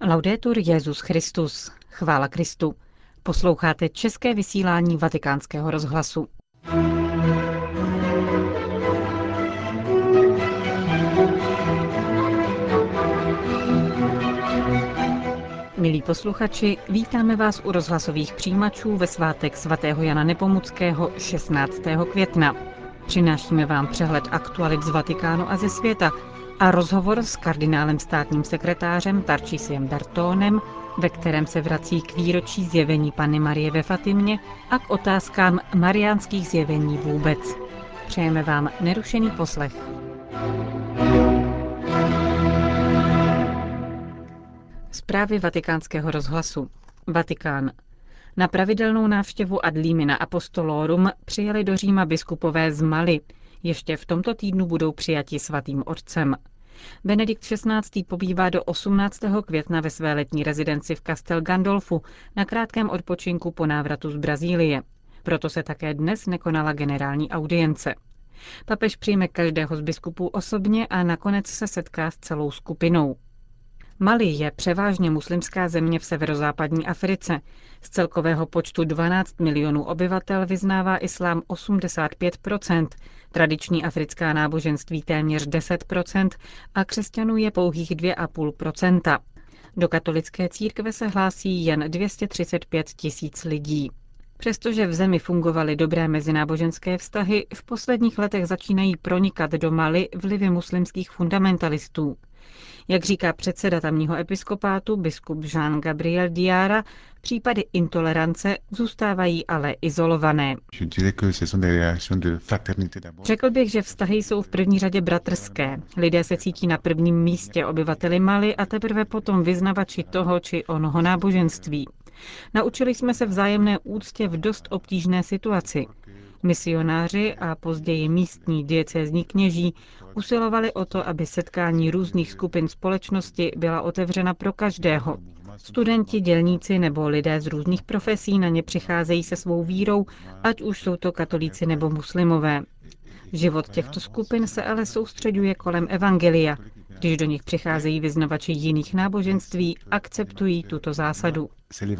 Laudetur Jesus Christus. Chvála Kristu. Posloucháte české vysílání Vatikánského rozhlasu. Milí posluchači, vítáme vás u rozhlasových přijímačů ve svátek svatého Jana Nepomuckého 16. května. Přinášíme vám přehled aktualit z Vatikánu a ze světa a rozhovor s kardinálem státním sekretářem Tarcisiem Bertonem, ve kterém se vrací k výročí zjevení Panny Marie ve Fatimě a k otázkám mariánských zjevení vůbec. Přejeme vám nerušený poslech. Zprávy Vatikánského rozhlasu. Vatikán. Na pravidelnou návštěvu Ad limina apostolorum přijeli do Říma biskupové z Mali. Ještě v tomto týdnu budou přijati svatým otcem. Benedikt XVI. Pobývá do 18. května ve své letní rezidenci v Castel Gandolfu na krátkém odpočinku po návratu z Brazílie. Proto se také dnes nekonala generální audience. Papež přijme každého z biskupů osobně a nakonec se setká s celou skupinou. Mali je převážně muslimská země v severozápadní Africe. Z celkového počtu 12 milionů obyvatel vyznává islám 85%, tradiční africká náboženství téměř 10% a křesťanů je pouhých 2,5%. Do katolické církve se hlásí jen 235 000 lidí. Přestože v zemi fungovaly dobré mezináboženské vztahy, v posledních letech začínají pronikat do Mali vlivy muslimských fundamentalistů. Jak říká předseda tamního episkopátu, biskup Jean-Gabriel Diarra, případy intolerance zůstávají ale izolované. Řekl bych, že vztahy jsou v první řadě bratrské. Lidé se cítí na prvním místě obyvateli Mali a teprve potom vyznavači toho či onoho náboženství. Naučili jsme se vzájemné úctě v dost obtížné situaci. Misionáři a později místní diecézní kněží usilovali o to, aby setkání různých skupin společnosti byla otevřena pro každého. Studenti, dělníci nebo lidé z různých profesí na ně přicházejí se svou vírou, ať už jsou to katolíci nebo muslimové. Život těchto skupin se ale soustřeďuje kolem evangelia. Když do nich přicházejí vyznavači jiných náboženství, akceptují tuto zásadu.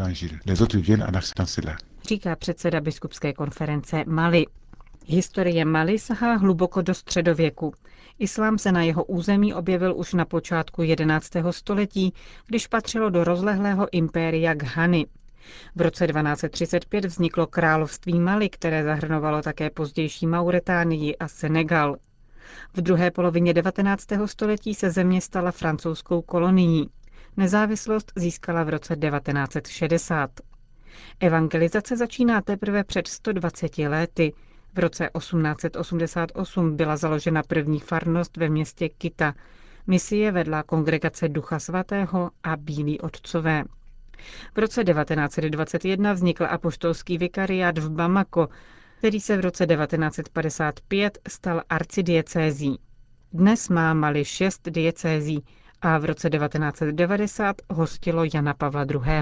Říká předseda biskupské konference Mali. Historie Mali sahá hluboko do středověku. Islám se na jeho území objevil už na počátku 11. století, když patřilo do rozlehlého impéria Ghany. V roce 1235 vzniklo království Mali, které zahrnovalo také pozdější Mauretánii a Senegal. V druhé polovině 19. století se země stala francouzskou kolonií. Nezávislost získala v roce 1960. Evangelizace začíná teprve před 120 lety. V roce 1888 byla založena první farnost ve městě Kita. Misie vedla kongregace Ducha svatého a Bílí otcové. V roce 1921 vznikl apoštolský vikariát v Bamako, který se v roce 1955 stal arcidiecézí. Dnes má Mali 6 diecézí a v roce 1990 hostilo Jana Pavla II.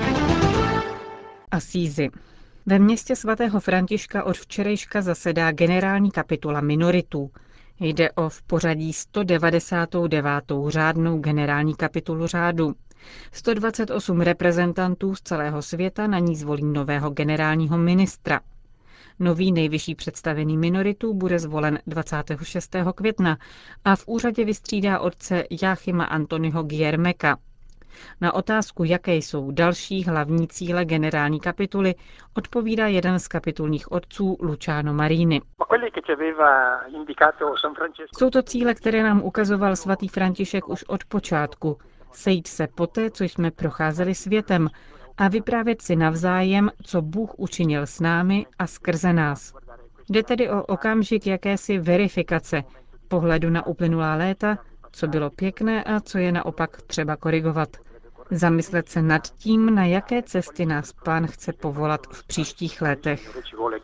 Asízi. Ve městě svatého Františka od včerejška zasedá generální kapitula minoritů. Jde o v pořadí 199. řádnou generální kapitulu řádu. 128 reprezentantů z celého světa na ní zvolí nového generálního ministra. Nový nejvyšší představený minoritů bude zvolen 26. května a v úřadě vystřídá otce Jáchyma Antonyho Guillermeka. Na otázku, jaké jsou další hlavní cíle generální kapituly, odpovídá jeden z kapitulních otců Luciano Marini. Jsou to cíle, které nám ukazoval svatý František už od počátku. Sejít se poté, co jsme procházeli světem a vyprávět si navzájem, co Bůh učinil s námi a skrze nás. Jde tedy o okamžik jakési verifikace, pohledu na uplynulá léta, co bylo pěkné a co je naopak třeba korigovat. Zamyslet se nad tím, na jaké cesty nás Pán chce povolat v příštích letech.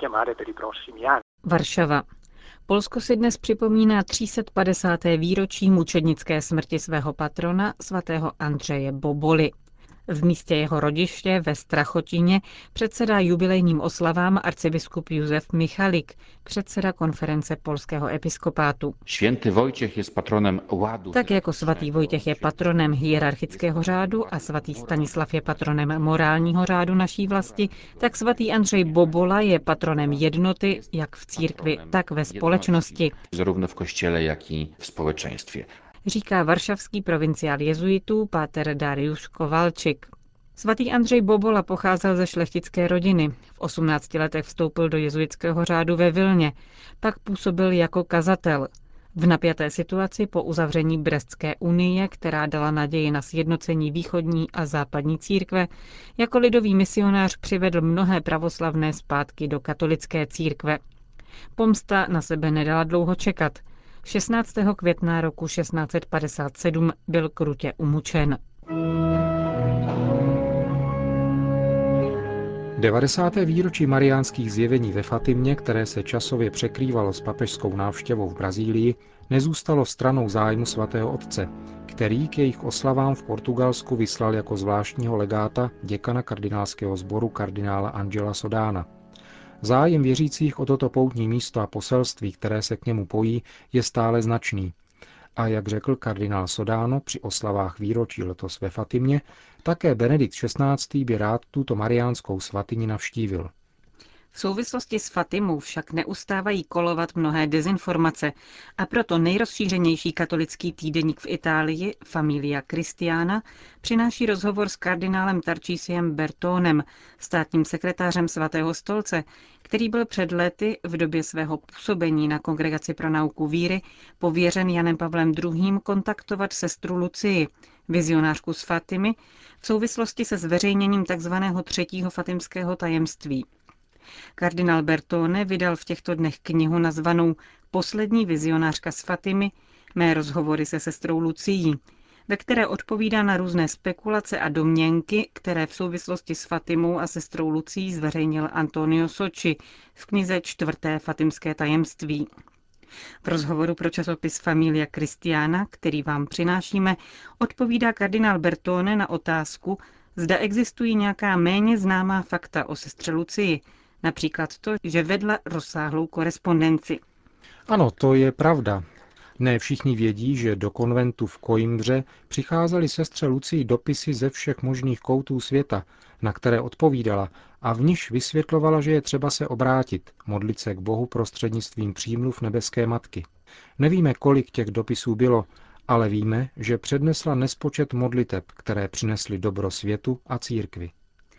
Varšava. Polsko si dnes připomíná 350. výročí mučednické smrti svého patrona, svatého Andřeje Boboli. V místě jeho rodiště ve Strachotině předsedá jubilejním oslavám arcibiskup Józef Michalik, předseda konference polského episkopátu. Święty Wojciech jest patronem ładu. Tak jako svatý Vojtěch je patronem hierarchického řádu a svatý Stanislav je patronem morálního řádu naší vlasti, tak svatý Andřej Bobola je patronem jednoty jak v církvi, tak ve společnosti. Zarówno w kościele, jak i w społeczeństwie. Říká varšavský provinciál jezuitů páter Dariusz Kowalczyk. Svatý Andřej Bobola pocházel ze šlechtické rodiny. V 18 letech vstoupil do jezuitského řádu ve Vilně, pak působil jako kazatel. V napjaté situaci po uzavření Brestské unie, která dala naději na sjednocení východní a západní církve, jako lidový misionář přivedl mnohé pravoslavné zpátky do katolické církve. Pomsta na sebe nedala dlouho čekat. 16. května roku 1657 byl krutě umučen. 90. výročí mariánských zjevení ve Fatimě, které se časově překrývalo s papežskou návštěvou v Brazílii, nezůstalo stranou zájmu svatého otce, který k jejich oslavám v Portugalsku vyslal jako zvláštního legáta děkana kardinálského sboru kardinála Angela Sodána. Zájem věřících o toto poutní místo a poselství, které se k němu pojí, je stále značný. A jak řekl kardinál Sodano při oslavách výročí letos ve Fatimě, také Benedikt XVI. By rád tuto mariánskou svatyni navštívil. V souvislosti s Fatimou však neustávají kolovat mnohé dezinformace a proto nejrozšířenější katolický týdeník v Itálii, Familia Cristiana, přináší rozhovor s kardinálem Tarcisiem Bertonem, státním sekretářem Svatého stolce, který byl před lety v době svého působení na Kongregaci pro nauku víry pověřen Janem Pavlem II. Kontaktovat sestru Lucii, vizionářku z Fatimy, v souvislosti se zveřejněním tzv. Třetího fatimského tajemství. Kardinál Bertone vydal v těchto dnech knihu nazvanou Poslední vizionářka z Fatimy, mé rozhovory se sestrou Lucií, ve které odpovídá na různé spekulace a domněnky, které v souvislosti s Fatimou a sestrou Lucií zveřejnil Antonio Socci v knize Čtvrté fatimské tajemství. V rozhovoru pro časopis Familia Cristiana, který vám přinášíme, odpovídá kardinál Bertone na otázku, zda existují nějaká méně známá fakta o sestře Lucii, například to, že vedla rozsáhlou korespondenci. Ano, to je pravda. Ne všichni vědí, že do konventu v Coimbře přicházely sestře Lucii dopisy ze všech možných koutů světa, na které odpovídala a v nichž vysvětlovala, že je třeba se obrátit, modlit se k Bohu prostřednictvím přímluv nebeské matky. Nevíme, kolik těch dopisů bylo, ale víme, že přednesla nespočet modliteb, které přinesly dobro světu a církvi.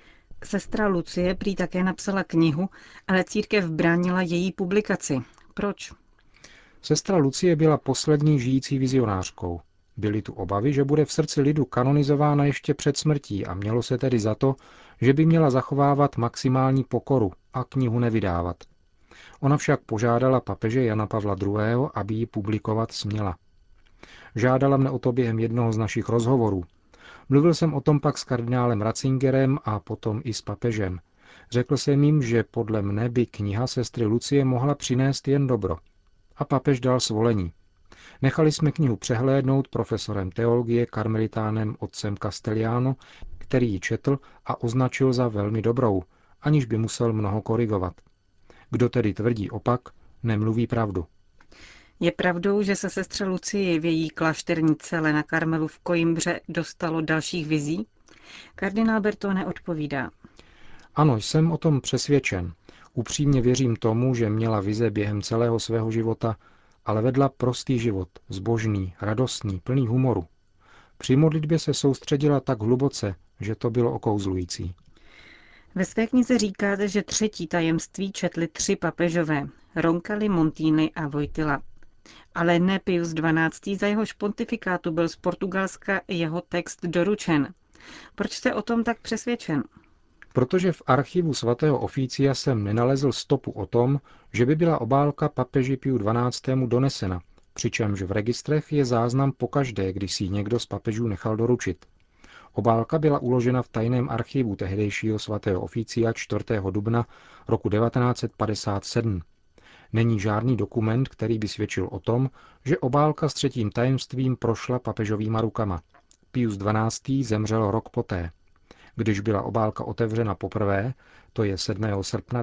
Sestra Lucie prý také napsala knihu, ale církev bránila její publikaci. Proč? Sestra Lucie byla poslední žijící vizionářkou. Byly tu obavy, že bude v srdci lidu kanonizována ještě před smrtí a mělo se tedy za to, že by měla zachovávat maximální pokoru a knihu nevydávat. Ona však požádala papeže Jana Pavla II., aby ji publikovat směla. Žádala mne o to během jednoho z našich rozhovorů. Mluvil jsem o tom pak s kardinálem Ratzingerem a potom i s papežem. Řekl jsem jim, že podle mne by kniha sestry Lucie mohla přinést jen dobro. A papež dal svolení. Nechali jsme knihu přehlédnout profesorem teologie karmelitánem otcem Castellano, který ji četl a označil za velmi dobrou, aniž by musel mnoho korigovat. Kdo tedy tvrdí opak, nemluví pravdu. Je pravdou, že se sestře Lucii v její klášterní cele na Karmelu v Coimbře dostalo dalších vizí? Kardinál Bertone odpovídá. Ano, jsem o tom přesvědčen. Upřímně věřím tomu, že měla vize během celého svého života, ale vedla prostý život, zbožný, radostný, plný humoru. Při modlitbě se soustředila tak hluboce, že to bylo okouzlující. Ve své knize říkáte, že třetí tajemství četli 3 papežové, Roncalli, Montini a Wojtyla. Ale ne Pius XII., za jehož pontifikátu byl z Portugalska jeho text doručen. Proč jste o tom tak přesvědčen? Protože v archivu svatého oficia jsem nenalezl stopu o tom, že by byla obálka papeži Piu XII. Donesena, přičemž v registrech je záznam pokaždé, když si ji někdo z papežů nechal doručit. Obálka byla uložena v tajném archivu tehdejšího svatého oficia 4. dubna roku 1957. Není žádný dokument, který by svědčil o tom, že obálka s třetím tajemstvím prošla papežovýma rukama. Pius XII. Zemřel rok poté. Když byla obálka otevřena poprvé, to je 7. srpna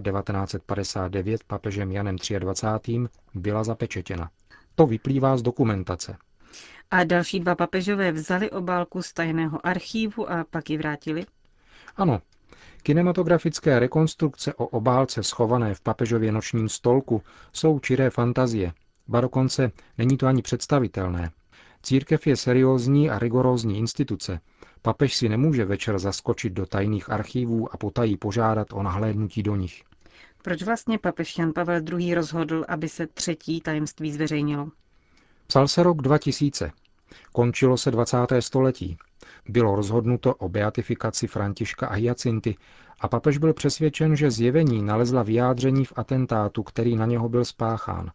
1959 papežem Janem 23., byla zapečetěna. To vyplývá z dokumentace. A další dva papežové vzali obálku z tajného archívu a pak ji vrátili? Ano, kinematografické rekonstrukce o obálce schované v papežově nočním stolku jsou čiré fantazie, ba dokonce není to ani představitelné. Církev je seriózní a rigorózní instituce. Papež si nemůže večer zaskočit do tajných archívů a potají požádat o nahlédnutí do nich. Proč vlastně papež Jan Pavel II. Rozhodl, aby se třetí tajemství zveřejnilo? Psal se rok 2000. Končilo se 20. století. Bylo rozhodnuto o beatifikaci Františka a Hyacinty a papež byl přesvědčen, že zjevení nalezla vyjádření v atentátu, který na něho byl spáchán.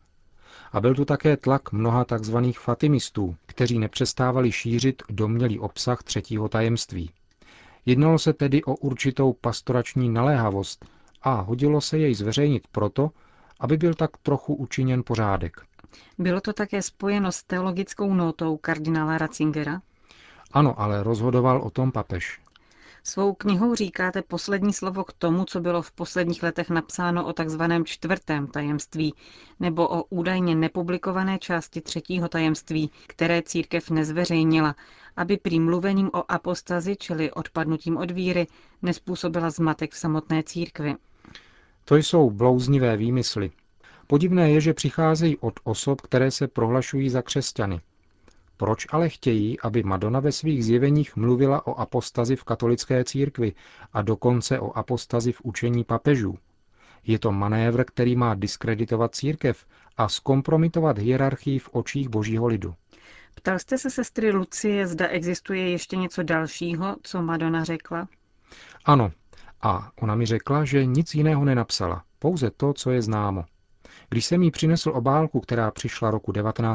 A byl tu také tlak mnoha tzv. Fatimistů, kteří nepřestávali šířit domnělý obsah třetího tajemství. Jednalo se tedy o určitou pastorační naléhavost a hodilo se jej zveřejnit proto, aby byl tak trochu učiněn pořádek. Bylo to také spojeno s teologickou nótou kardinála Ratzingera? Ano, ale rozhodoval o tom papež. Svou knihou říkáte poslední slovo k tomu, co bylo v posledních letech napsáno o takzvaném čtvrtém tajemství, nebo o údajně nepublikované části třetího tajemství, které církev nezveřejnila, aby prý mluvením o apostazi, čili odpadnutím od víry, nezpůsobila zmatek v samotné církvi. To jsou blouznivé výmysly. Podivné je, že přicházejí od osob, které se prohlašují za křesťany. Proč ale chtějí, aby Madonna ve svých zjeveních mluvila o apostazi v katolické církvi a dokonce o apostazi v učení papežů? Je to manévr, který má diskreditovat církev a zkompromitovat hierarchii v očích božího lidu. Ptal jste se sestry Lucie, zda existuje ještě něco dalšího, co Madonna řekla? Ano, a ona mi řekla, že nic jiného nenapsala, pouze to, co je známo. Když jsem jí přinesl obálku, která přišla roku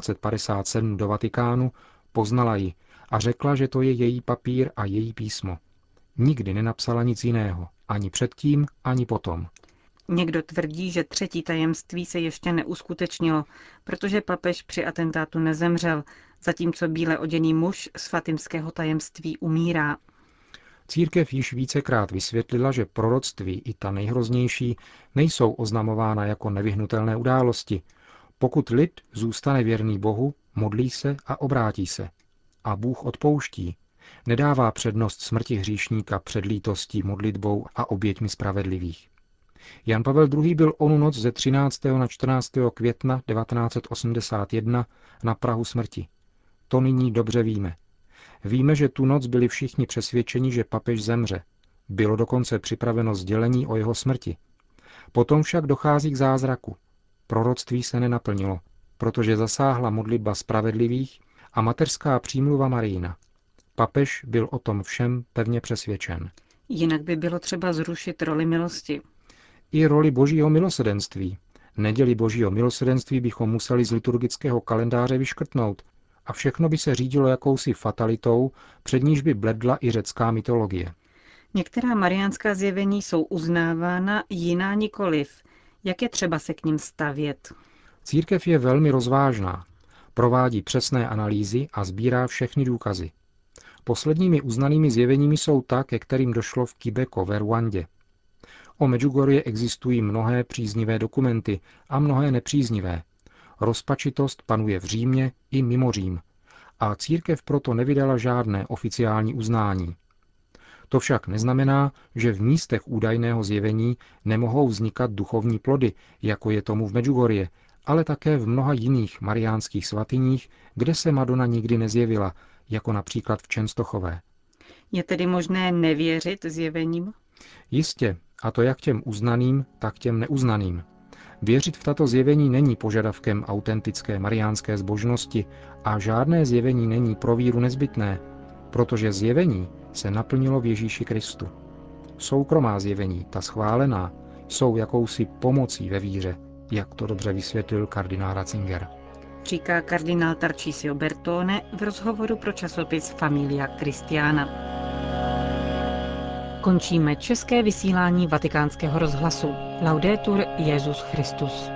1957 do Vatikánu, poznala ji a řekla, že to je její papír a její písmo. Nikdy nenapsala nic jiného, ani předtím, ani potom. Někdo tvrdí, že třetí tajemství se ještě neuskutečnilo, protože papež při atentátu nezemřel, zatímco bíle oděný muž z fatimského tajemství umírá. Církev již vícekrát vysvětlila, že proroctví, i ta nejhroznější, nejsou oznamována jako nevyhnutelné události. Pokud lid zůstane věrný Bohu, modlí se a obrátí se. A Bůh odpouští. Nedává přednost smrti hříšníka před lítostí, modlitbou a oběťmi spravedlivých. Jan Pavel II. Byl onu noc ze 13. na 14. května 1981 na prahu smrti. To nyní dobře víme. Víme, že tu noc byli všichni přesvědčeni, že papež zemře. Bylo dokonce připraveno sdělení o jeho smrti. Potom však dochází k zázraku. Proroctví se nenaplnilo, protože zasáhla modlitba spravedlivých a mateřská přímluva Marijina. Papež byl o tom všem pevně přesvědčen. Jinak by bylo třeba zrušit roli milosti. I roli božího milosrdenství. Neděli božího milosrdenství bychom museli z liturgického kalendáře vyškrtnout a všechno by se řídilo jakousi fatalitou, před níž by bledla i řecká mytologie. Některá mariánská zjevení jsou uznávána, jiná nikoliv. Jak je třeba se k nim stavět? Církev je velmi rozvážná. Provádí přesné analýzy a sbírá všechny důkazy. Posledními uznanými zjeveními jsou ta, ke kterým došlo v Quebecu ve Rwandě. O Medjugorje existují mnohé příznivé dokumenty a mnohé nepříznivé. Rozpačitost panuje v Římě i mimo Řím. A církev proto nevydala žádné oficiální uznání. To však neznamená, že v místech údajného zjevení nemohou vznikat duchovní plody, jako je tomu v Medjugorje, ale také v mnoha jiných mariánských svatyních, kde se Madonna nikdy nezjevila, jako například v Čenstochové. Je tedy možné nevěřit zjevením? Jistě, a to jak těm uznaným, tak těm neuznaným. Věřit v tato zjevení není požadavkem autentické mariánské zbožnosti a žádné zjevení není pro víru nezbytné, protože zjevení se naplnilo v Ježíši Kristu. Soukromá zjevení, ta schválená, jsou jakousi pomocí ve víře, jak to dobře vysvětlil kardinál Ratzinger. Říká kardinál Tarcisio Bertone v rozhovoru pro časopis Familia Christiana. Končíme české vysílání Vatikánského rozhlasu. Laudetur Jesus Christus.